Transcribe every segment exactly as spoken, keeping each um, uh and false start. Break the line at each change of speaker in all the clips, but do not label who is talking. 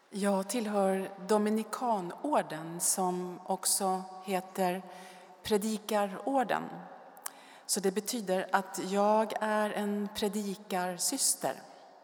Jag tillhör Dominikanorden som också heter Predikarorden. Så det betyder att jag är en predikarsyster.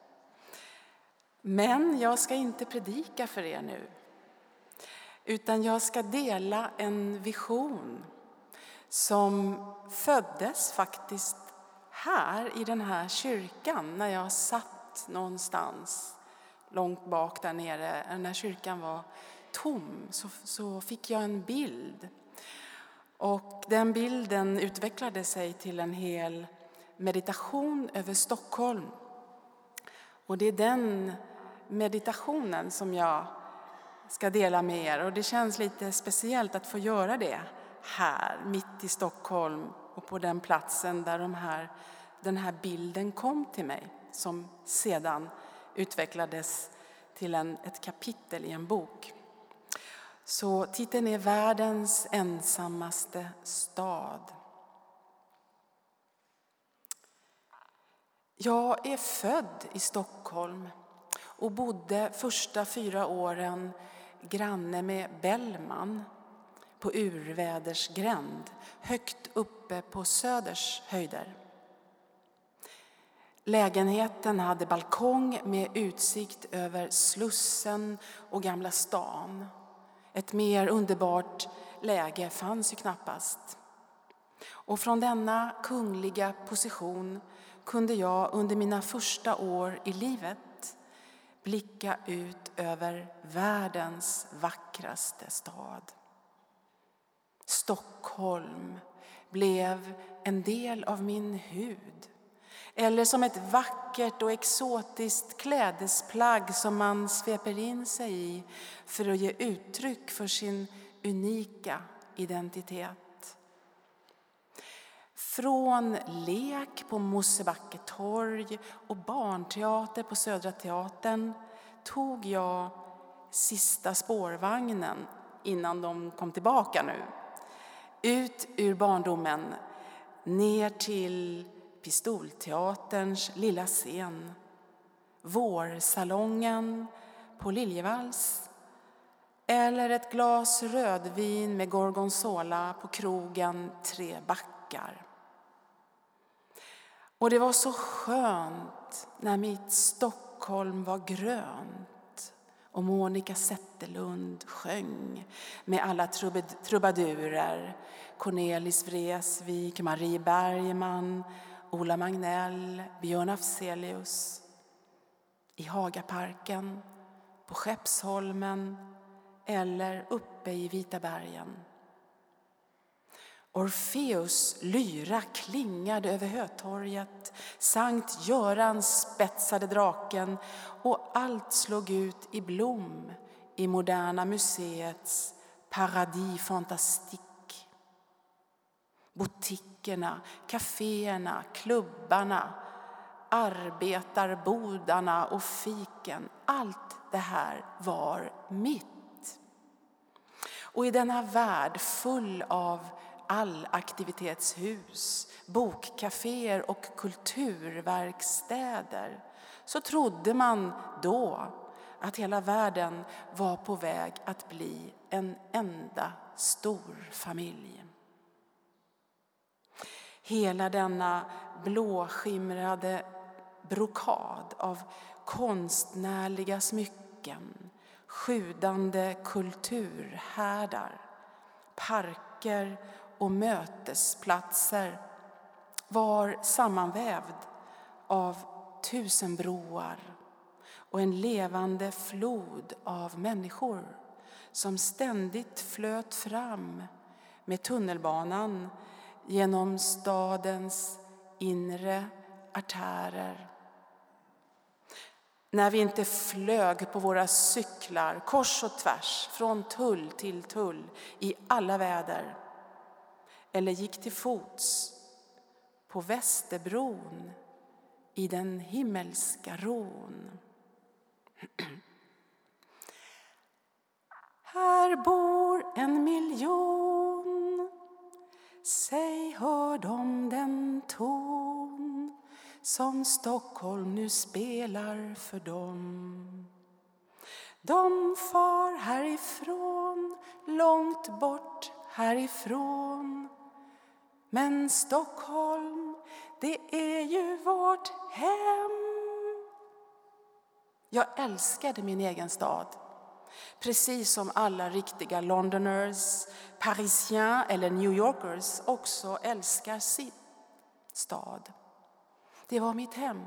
Men jag ska inte predika för er nu. Utan jag ska dela en vision som föddes faktiskt här i den här kyrkan när jag satt någonstans långt bak där nere. När kyrkan var tom så, så fick jag en bild. Och den bilden utvecklade sig till en hel meditation över Stockholm. Och det är den meditationen som jag ska dela med er. Och det känns lite speciellt att få göra det här, mitt i Stockholm. Och på den platsen där de här, den här bilden kom till mig. Som sedan utvecklades till en, ett kapitel i en bok. Så titeln är Världens ensammaste stad. Jag är född i Stockholm och bodde första fyra åren granne med Bellman på Urvädersgränd, högt uppe på Söders höjder. Lägenheten hade balkong med utsikt över Slussen och Gamla stan. Ett mer underbart läge fanns ju knappast. Och från denna kungliga position kunde jag under mina första år i livet blicka ut över världens vackraste stad. Stockholm blev en del av min hud. Eller som ett vackert och exotiskt klädesplagg som man sveper in sig i för att ge uttryck för sin unika identitet. Från lek på Mosebacke torg och barnteater på Södra teatern tog jag sista spårvagnen innan de kom tillbaka nu. Ut ur barndomen, ner till Pistolteaterns lilla scen, Vårsalongen på Liljevalchs eller ett glas rödvin med gorgonzola på krogen Tre backar. Och det var så skönt när mitt Stockholm var grönt och Monica Zetterlund sjöng med alla trubadurer, Cornelis Vreeswijk, Marie Bergman, Ola Magnell, Björn Afzelius, i Hagaparken, på Skeppsholmen eller uppe i Vita bergen. Orfeus lyra klingade över Hötorget, Sankt Göran spetsade draken och allt slog ut i blom i Moderna museets Paradis Fantastique. Butikerna, kaféerna, klubbarna, arbetarbodarna och fiken. Allt det här var mitt. Och i denna värld full av allaktivitetshus, bokkaféer och kulturverkstäder så trodde man då att hela världen var på väg att bli en enda stor familj. Hela denna blåskimrade brokad av konstnärliga smycken, sjudande kulturhärdar, parker och mötesplatser var sammanvävd av tusen broar och en levande flod av människor som ständigt flöt fram med tunnelbanan genom stadens inre artärer. När vi inte flög på våra cyklar kors och tvärs från tull till tull i alla väder eller gick till fots på Västerbron i den himmelska ron. Här bor en miljon, säg hör de den ton som Stockholm nu spelar för dem. De far härifrån, långt bort härifrån. Men Stockholm, det är ju vårt hem. Jag älskade min egen stad. Precis som alla riktiga Londoners, Parisiens eller New Yorkers också älskar sin stad. Det var mitt hem.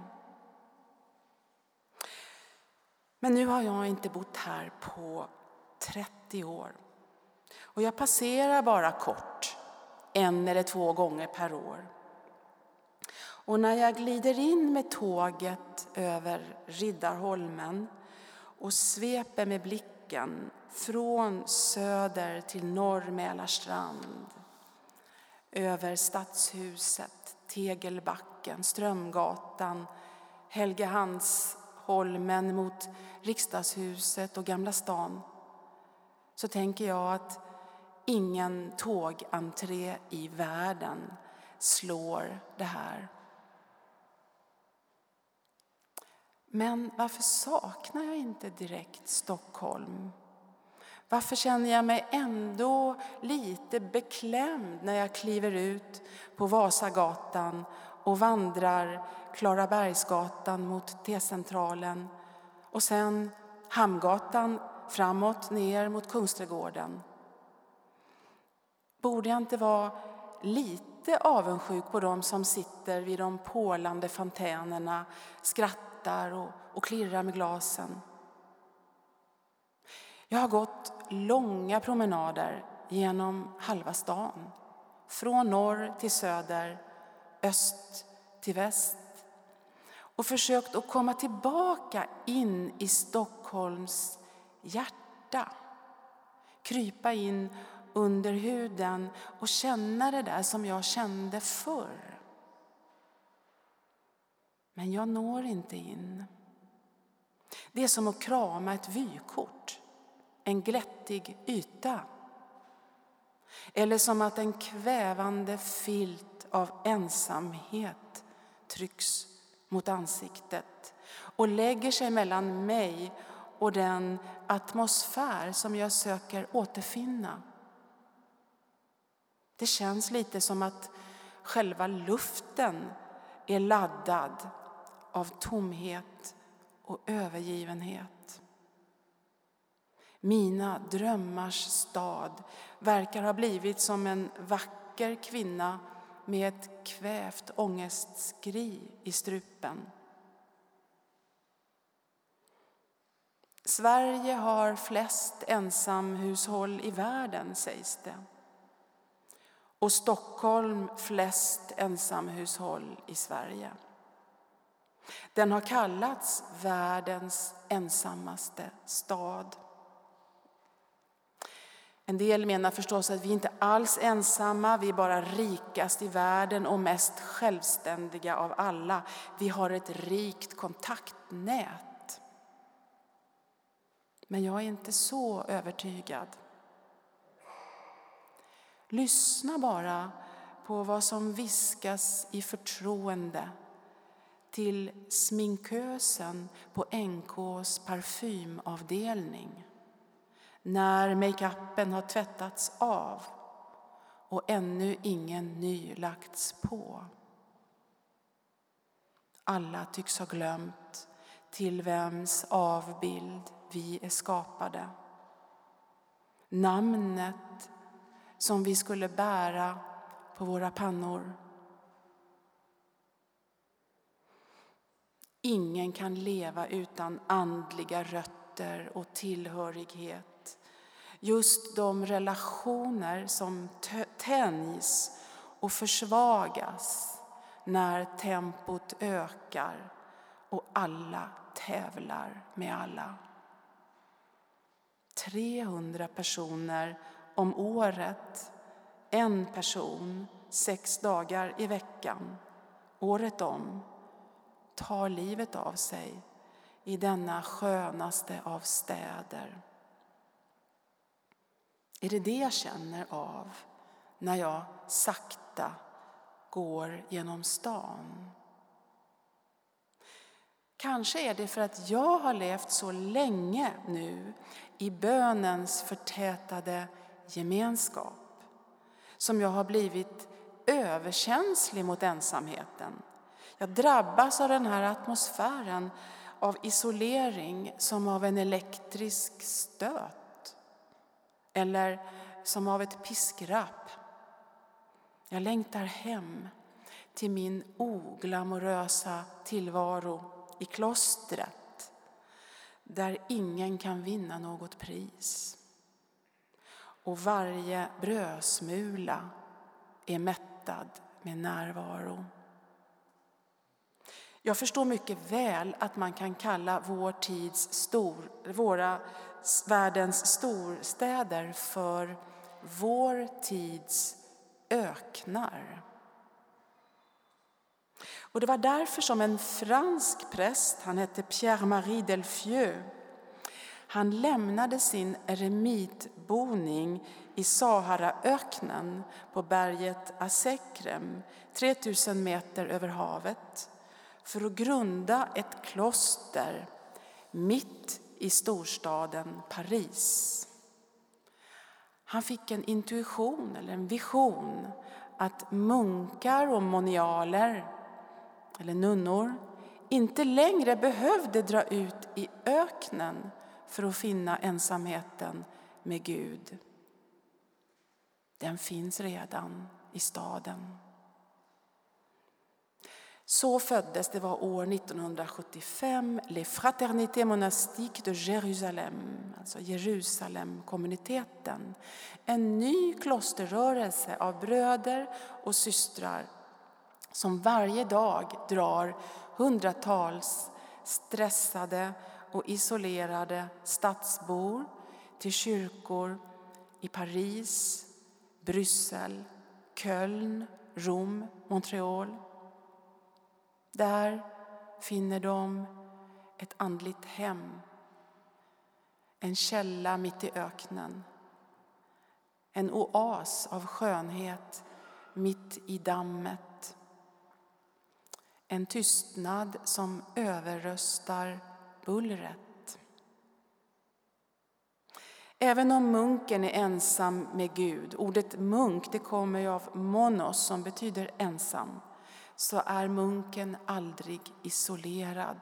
Men nu har jag inte bott här på trettio år. Och jag passerar bara kort, en eller två gånger per år. Och när jag glider in med tåget över Riddarholmen och sveper med blicken från söder till norr Mälarstrand, över Stadshuset, Tegelbacken, Strömgatan, Helgehandsholmen mot Riksdagshuset och Gamla stan, så tänker jag att ingen tågentré i världen slår det här. Men varför saknar jag inte direkt Stockholm? Varför känner jag mig ändå lite beklämd när jag kliver ut på Vasagatan och vandrar Klarabergsgatan mot T-centralen och sen Hamngatan framåt ner mot Kungsträdgården? Borde jag inte vara lite avundsjuk på dem som sitter vid de pålande fontänerna, skrattar och, och klirrar med glasen? Jag har gått långa promenader genom halva stan, från norr till söder, öst till väst, och försökt att komma tillbaka in i Stockholms hjärta, krypa in under huden och känna det där som jag kände förr. Men jag når inte in. Det är som att krama ett vykort, en glättig yta. Eller som att en kvävande filt av ensamhet trycks mot ansiktet och lägger sig mellan mig och den atmosfär som jag söker återfinna. Det känns lite som att själva luften är laddad av tomhet och övergivenhet. Mina drömmars stad verkar ha blivit som en vacker kvinna med ett kvävt ångestskri i strupen. Sverige har flest ensamhushåll i världen, sägs det. Och Stockholm flest ensamhushåll i Sverige. Den har kallats världens ensammaste stad. En del menar förstås att vi inte alls ensamma, vi är bara rikast i världen och mest självständiga av alla. Vi har ett rikt kontaktnät. Men jag är inte så övertygad. Lyssna bara på vad som viskas i förtroende till sminkösen på N K:s parfymavdelning. När make-upen har tvättats av och ännu ingen ny lagts på. Alla tycks ha glömt till vems avbild vi är skapade. Namnet som vi skulle bära på våra pannor. Ingen kan leva utan andliga rötter och tillhörighet. Just de relationer som tänjs och försvagas när tempot ökar och alla tävlar med alla. trehundra personer om året, en person, sex dagar i veckan, året om, tar livet av sig i denna skönaste av städer. Är det det jag känner av när jag sakta går genom stan? Kanske är det för att jag har levt så länge nu i bönens förtätade gemenskap som jag har blivit överkänslig mot ensamheten. Jag drabbas av den här atmosfären av isolering som av en elektrisk stöt eller som av ett piskrapp. Jag längtar hem till min oglamorösa tillvaro i klostret där ingen kan vinna något pris. Och varje brödsmula är mättad med närvaro. Jag förstår mycket väl att man kan kalla vår tids stor, våra världens storstäder för vår tids öknar. Och det var därför som en fransk präst, han hette Pierre-Marie Delfieux, han lämnade sin eremitboning i Saharaöknen på berget Asekrem, tre tusen meter över havet, för att grunda ett kloster mitt i storstaden Paris. Han fick en intuition eller en vision att munkar och monialer eller nunnor inte längre behövde dra ut i öknen för att finna ensamheten med Gud. Den finns redan i staden. Så föddes, det var år nittonhundrasjuttiofem, Les Fraternités Monastiques de Jérusalem, alltså Jerusalemkommuniteten. En ny klosterrörelse av bröder och systrar som varje dag drar hundratals stressade och isolerade stadsbor till kyrkor i Paris, Bryssel, Köln, Rom, Montreal. Där finner de ett andligt hem, en källa mitt i öknen, en oas av skönhet mitt i dammet, en tystnad som överröstar bullret. Även om munken är ensam med Gud, ordet munk det kommer ju av monos som betyder ensam, så är munken aldrig isolerad.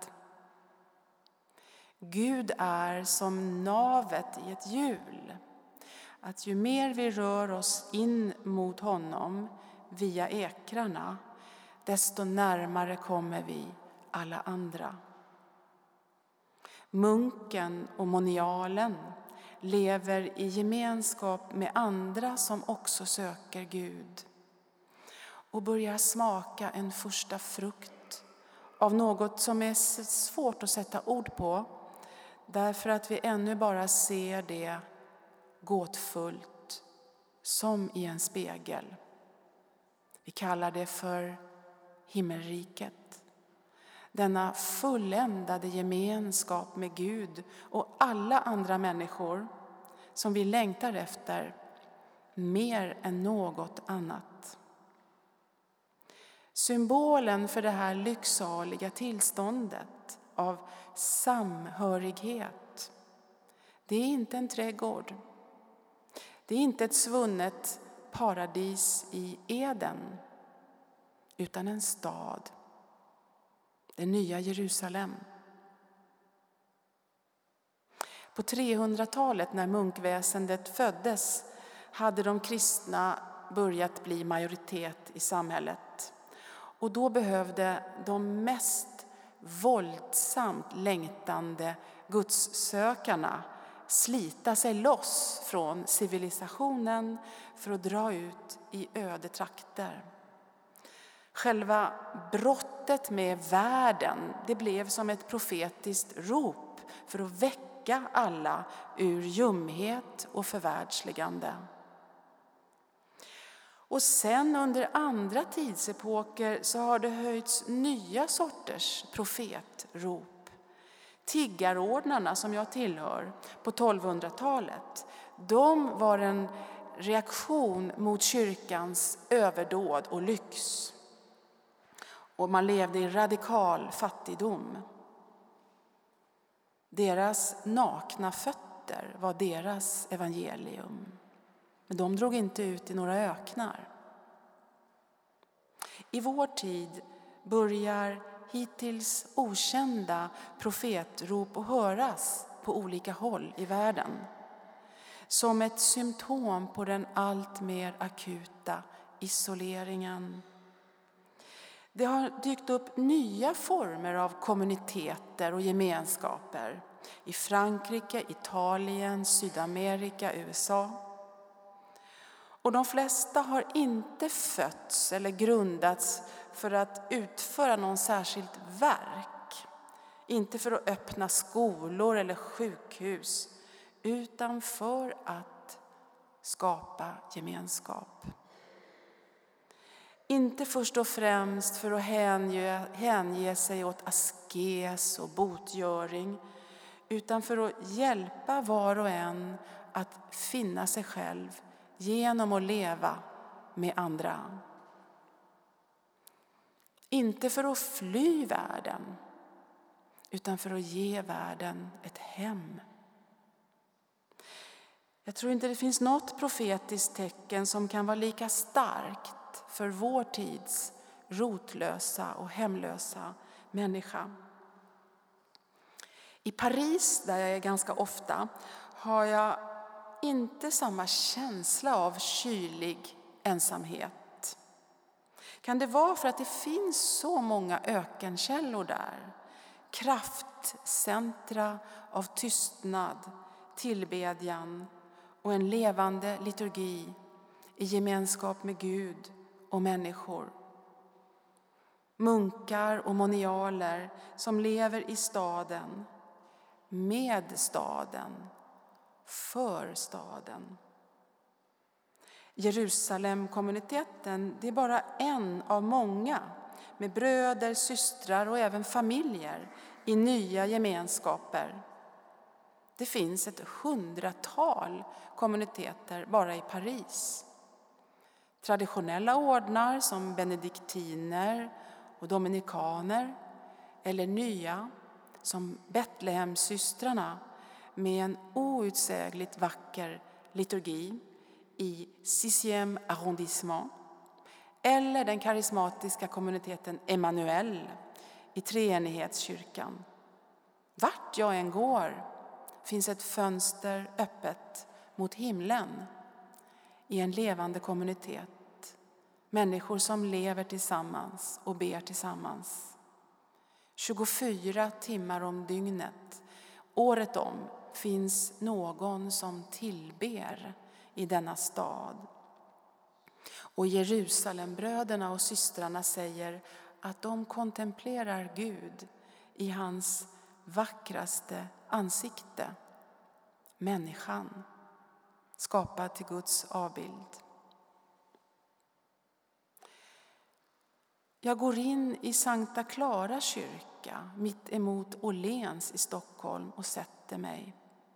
Gud är som navet i ett hjul. Att ju mer vi rör oss in mot honom via ekrarna, desto närmare kommer vi alla andra. Munken och monialen lever i gemenskap med andra som också söker Gud och börjar smaka en första frukt av något som är svårt att sätta ord på, därför att vi ännu bara ser det gåtfullt som i en spegel. Vi kallar det för himmelriket. Denna fulländade gemenskap med Gud och alla andra människor som vi längtar efter mer än något annat. Symbolen för det här lycksaliga tillståndet av samhörighet, det är inte en trädgård. Det är inte ett svunnet paradis i Eden, utan en stad. Det nya Jerusalem. På trehundratalet när munkväsendet föddes hade de kristna börjat bli majoritet i samhället. Och då behövde de mest våldsamt längtande gudssökarna slita sig loss från civilisationen för att dra ut i öde trakter. Själva brottet med världen, det blev som ett profetiskt rop för att väcka alla ur ljumhet och förvärldsligande. Och sen under andra tidsepoker så har det höjts nya sorters profetrop. Tiggarordnarna som jag tillhör på tolvhundratalet, de var en reaktion mot kyrkans överdåd och lyx. Och man levde i radikal fattigdom. Deras nakna fötter var deras evangelium. Men de drog inte ut i några öknar. I vår tid börjar hittills okända profetrop att höras på olika håll i världen. Som ett symptom på den allt mer akuta isoleringen. Det har dykt upp nya former av kommuniteter och gemenskaper i Frankrike, Italien, Sydamerika, U S A. Och de flesta har inte fötts eller grundats för att utföra någon särskilt verk. Inte för att öppna skolor eller sjukhus, utan för att skapa gemenskap. Inte först och främst för att hänge, hänge sig åt askes och botgöring, utan för att hjälpa var och en att finna sig själv genom att leva med andra. Inte för att fly världen, utan för att ge världen ett hem. Jag tror inte det finns något profetiskt tecken som kan vara lika starkt för vår tids rotlösa och hemlösa människa. I Paris, där jag är ganska ofta, har jag inte samma känsla av kylig ensamhet. Kan det vara för att det finns så många ökenkällor där? Kraftcentra av tystnad, tillbedjan och en levande liturgi i gemenskap med Gud och människor. Munkar och monialer som lever i staden, med staden, för staden. Jerusalemkommuniteten, det är bara en av många med bröder, systrar och även familjer i nya gemenskaper. Det finns ett hundratal kommuniteter bara i Paris. Traditionella ordnar som benediktiner och dominikaner eller nya som Betlehemssystrarna med en outsägligt vacker liturgi i sixième arrondissement eller den karismatiska kommuniteten Emmanuel i Treenighetskyrkan. Vart jag än går finns ett fönster öppet mot himlen i en levande kommunitet. Människor som lever tillsammans och ber tillsammans. tjugofyra timmar om dygnet, året om, finns någon som tillber i denna stad. Och Jerusalembröderna och systrarna säger att de kontemplerar Gud i hans vackraste ansikte, människan, skapad till Guds avbild. Jag går in i Sankta Clara kyrka mitt emot Åhléns i Stockholm och sätter mig.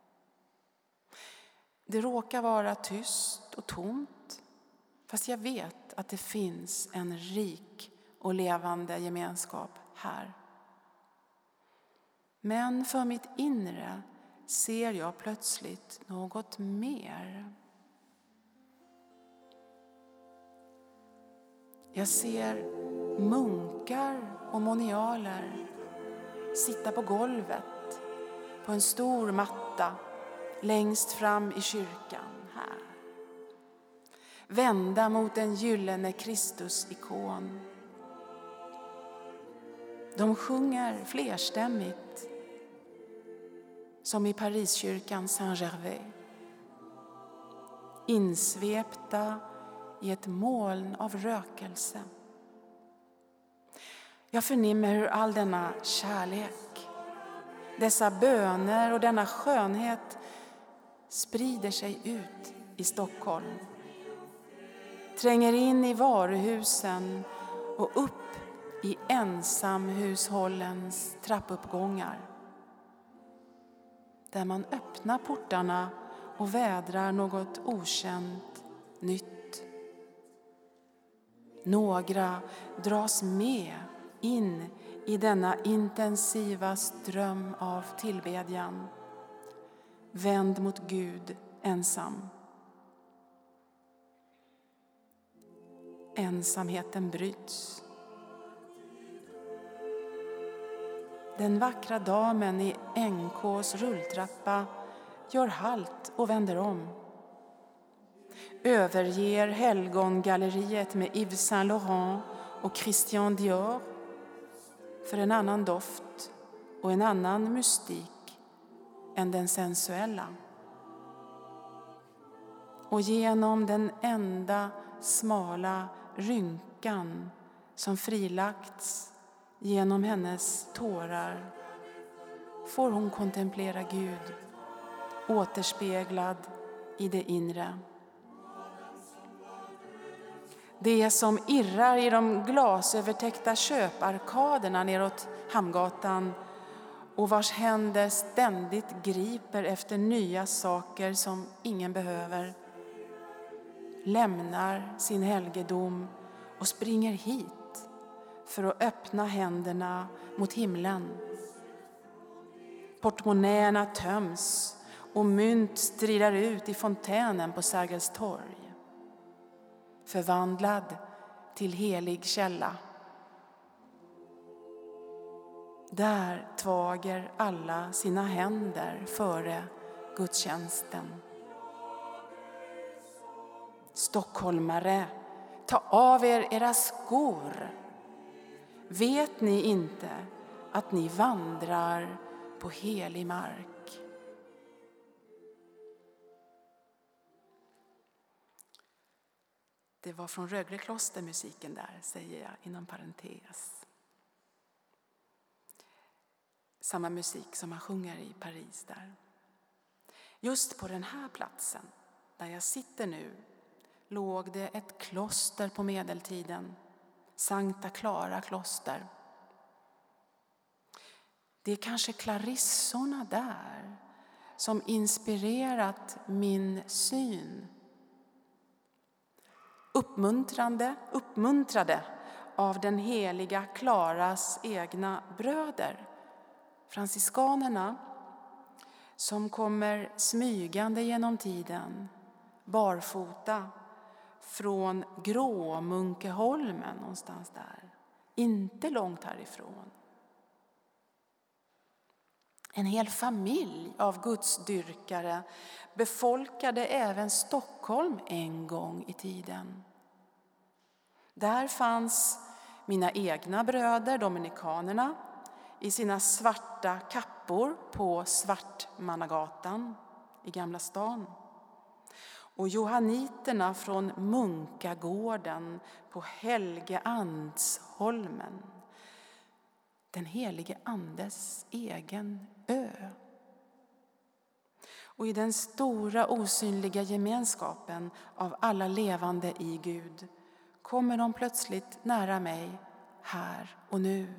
Det råkar vara tyst och tomt, fast jag vet att det finns en rik och levande gemenskap här. Men för mitt inre ser jag plötsligt något mer. Jag ser munkar och monialer sitta på golvet på en stor matta längst fram i kyrkan här. Vända mot en gyllene Kristus-ikon. De sjunger flerstämmigt som i Pariskyrkan Saint-Gervais. Insvepta i ett moln av rökelse. Jag förnimmer hur all denna kärlek, dessa böner och denna skönhet sprider sig ut i Stockholm. Tränger in i varuhusen och upp i ensamhushållens trappuppgångar. Där man öppnar portarna och vädrar något okänt nytt. Några dras med in i denna intensiva ström av tillbedjan. Vänd mot Gud ensam. Ensamheten bryts. Den vackra damen i N K:s rulltrappa gör halt och vänder om. Överger helgongalleriet med Yves Saint Laurent och Christian Dior för en annan doft och en annan mystik än den sensuella. Och genom den enda smala rynkan som frilagts genom hennes tårar får hon kontemplera Gud, återspeglad i det inre. Det som irrar i de glasövertäckta köparkaderna neråt Hamngatan och vars händer ständigt griper efter nya saker som ingen behöver, lämnar sin helgedom och springer hit för att öppna händerna mot himlen. Portmonnäerna töms och mynt strilar ut i fontänen på Sergels torg. Förvandlad till helig källa. Där tvager alla sina händer före gudstjänsten. Stockholmare, ta av er era skor. Vet ni inte att ni vandrar på helig mark? Det var från Rögle kloster musiken där, säger jag inom parentes. Samma musik som man sjunger i Paris där. Just på den här platsen, där jag sitter nu, låg det ett kloster på medeltiden. Sankta Clara kloster. Det är kanske klarissorna där som inspirerat min syn. Uppmuntrande, uppmuntrade av den heliga Klaras egna bröder, franciskanerna, som kommer smygande genom tiden, barfota, från Gråmunkeholmen någonstans där, inte långt härifrån. En hel familj av gudsdyrkare befolkade även Stockholm en gång i tiden. Där fanns mina egna bröder, dominikanerna, i sina svarta kappor på Svartmannagatan i Gamla stan. Och johanniterna från Munkagården på Helgeandsholmen, den helige andes egen ö. Och i den stora osynliga gemenskapen av alla levande i Gud kommer de plötsligt nära mig här och nu.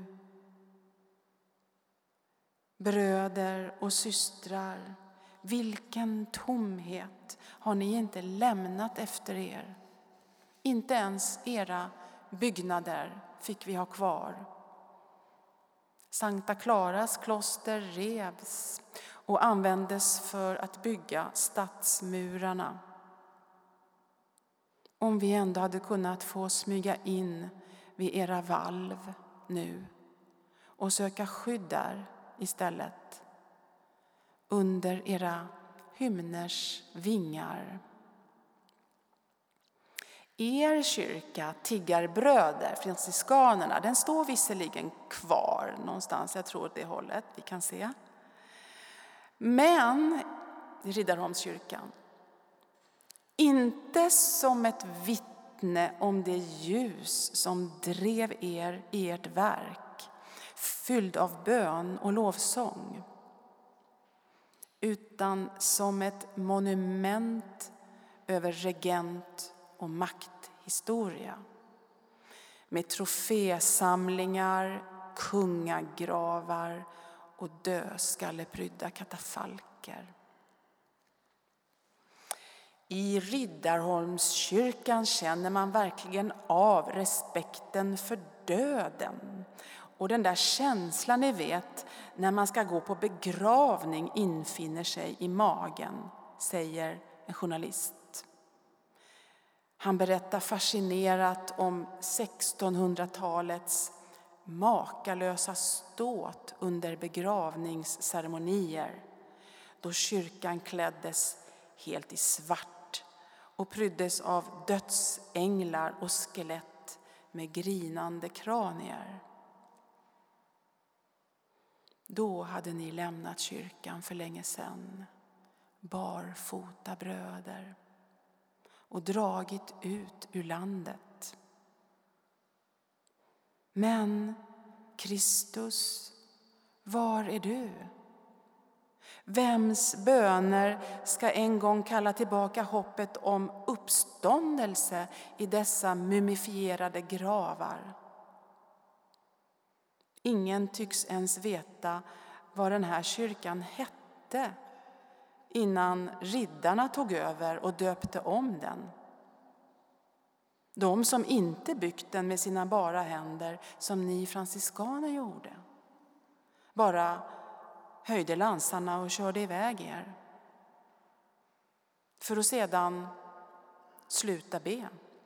Bröder och systrar, vilken tomhet har ni inte lämnat efter er? Inte ens era byggnader fick vi ha kvar. Sankta Claras kloster revs och användes för att bygga stadsmurarna. Om vi ändå hade kunnat få smyga in vid era valv nu och söka skydd där istället, under era hymners vingar. Er kyrka, tiggarbröder, franciskanerna, den står visserligen kvar någonstans, jag tror åt det hållet, vi kan se. Men Riddarholmskyrkan, inte som ett vittne om det ljus som drev er i ert verk, fylld av bön och lovsång, utan som ett monument över regent och makthistoria. Med trofésamlingar, kungagravar och dödskalleprydda katafalker. I Riddarholmskyrkan känner man verkligen av respekten för döden Och den där känslan ni vet när man ska gå på begravning infinner sig i magen, säger en journalist. Han berättar fascinerat om sextonhundratalets makalösa ståt under begravningsceremonier, då kyrkan kläddes helt i svart och pryddes av dödsänglar och skelett med grinande kranier. Då hade ni lämnat kyrkan för länge sedan, barfota bröder, och dragit ut ur landet. Men Kristus, var är du? Vems böner ska en gång kalla tillbaka hoppet om uppståndelse i dessa mumifierade gravar? Ingen tycks ens veta vad den här kyrkan hette innan riddarna tog över och döpte om den. De som inte byggt den med sina bara händer som ni franciskaner gjorde. Bara höjde lansarna och körde iväg er. För att sedan sluta be.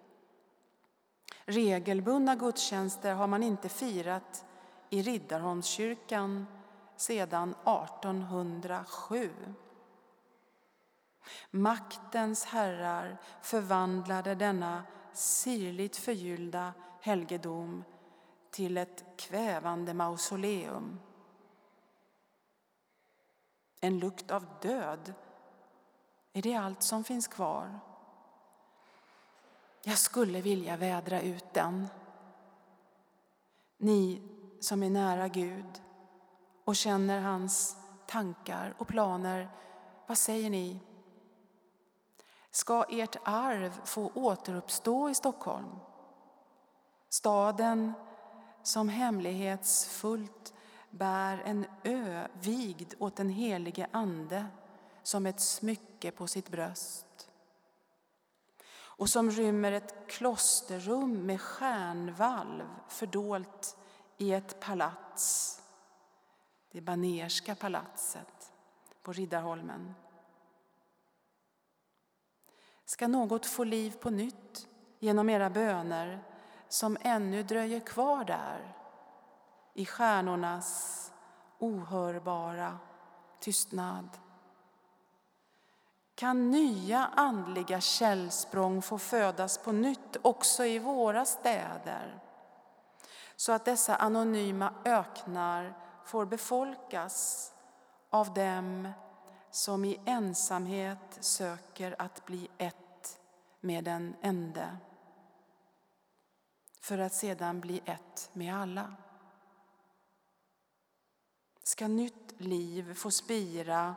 Regelbundna gudstjänster har man inte firat i Riddarholmskyrkan sedan artonhundrasju. Maktens herrar förvandlade denna sirligt förgyllda helgedom till ett kvävande mausoleum. En lukt av död, är det allt som finns kvar? Jag skulle vilja vädra ut den. Ni som är nära Gud och känner hans tankar och planer, vad säger ni? Ska ert arv få återuppstå i Stockholm? Staden som hemlighetsfullt bär en ö vigd åt den helige ande som ett smycke på sitt bröst. Och som rymmer ett klosterrum med stjärnvalv fördolt i ett palats, det Banerska palatset på Riddarholmen. Ska något få liv på nytt genom era böner som ännu dröjer kvar där i stjärnornas ohörbara tystnad? Kan nya andliga källsprång få födas på nytt också i våra städer, så att dessa anonyma öknar får befolkas av dem som i ensamhet söker att bli ett med den ende, för att sedan bli ett med alla? Ska nytt liv få spira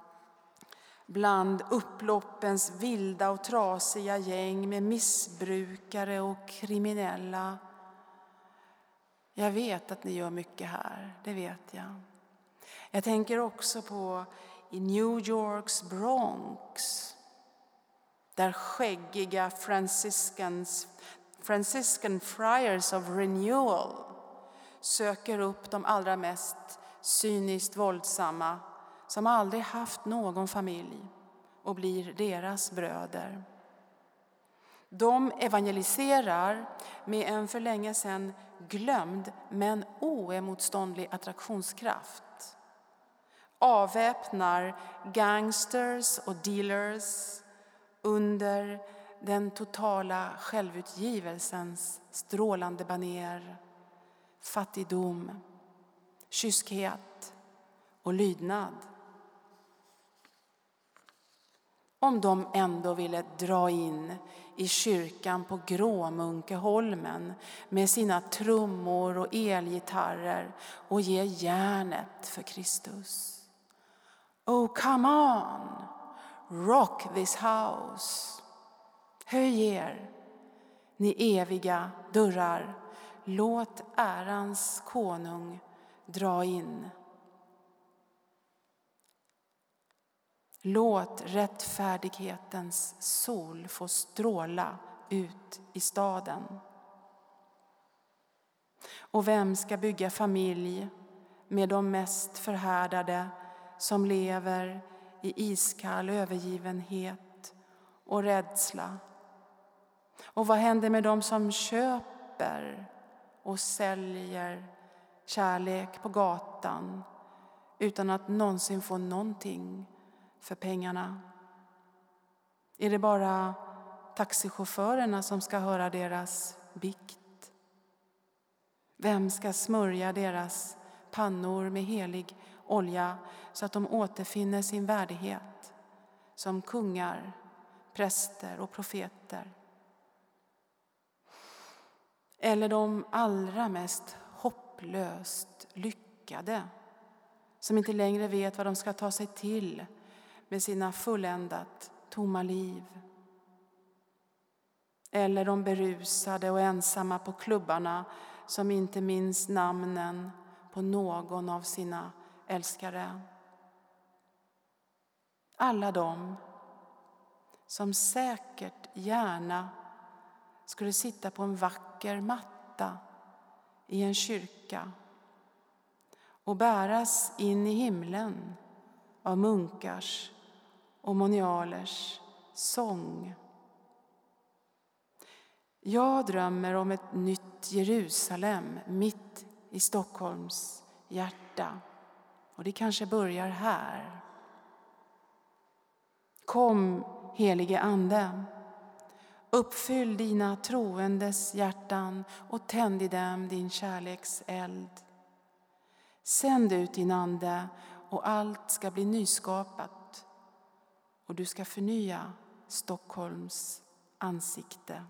bland upploppens vilda och trasiga gäng med missbrukare och kriminella? Jag vet att ni gör mycket här, det vet jag. Jag tänker också på i New Yorks Bronx, där skäggiga Franciscans, Franciscan Friars of Renewal söker upp de allra mest cyniskt våldsamma som aldrig haft någon familj och blir deras bröder. De evangeliserar med en för länge sedan glömd men oemotståndlig attraktionskraft. Avväpnar gangsters och dealers under den totala självutgivelsens strålande baner, fattigdom, kyskhet och lydnad. Om de ändå ville dra in i kyrkan på Gråmunkeholmen med sina trummor och elgitarrer och ge järnet för Kristus. Oh, come on, rock this house. Höj er, ni eviga dörrar, låt ärans konung dra in. Låt rättfärdighetens sol få stråla ut i staden. Och vem ska bygga familj med de mest förhärdade som lever i iskall övergivenhet och rädsla? Och vad händer med de som köper och säljer kärlek på gatan utan att någonsin få någonting för pengarna? Är det bara taxichaufförerna som ska höra deras bikt? Vem ska smörja deras pannor med helig olja så att de återfinner sin värdighet som kungar, präster och profeter? Eller de allra mest hopplöst lyckade som inte längre vet vad de ska ta sig till med sina fulländat tomma liv? Eller de berusade och ensamma på klubbarna som inte minns namnen på någon av sina älskare? Alla de som säkert gärna skulle sitta på en vacker matta i en kyrka och bäras in i himlen av munkars och monialers sång. Jag drömmer om ett nytt Jerusalem mitt i Stockholms hjärta. Och det kanske börjar här. Kom, helige Ande. Uppfyll dina troendes hjärtan och tänd i dem din kärlekseld. Sänd ut din ande och allt ska bli nyskapat. Och du ska förnya Stockholms ansikte.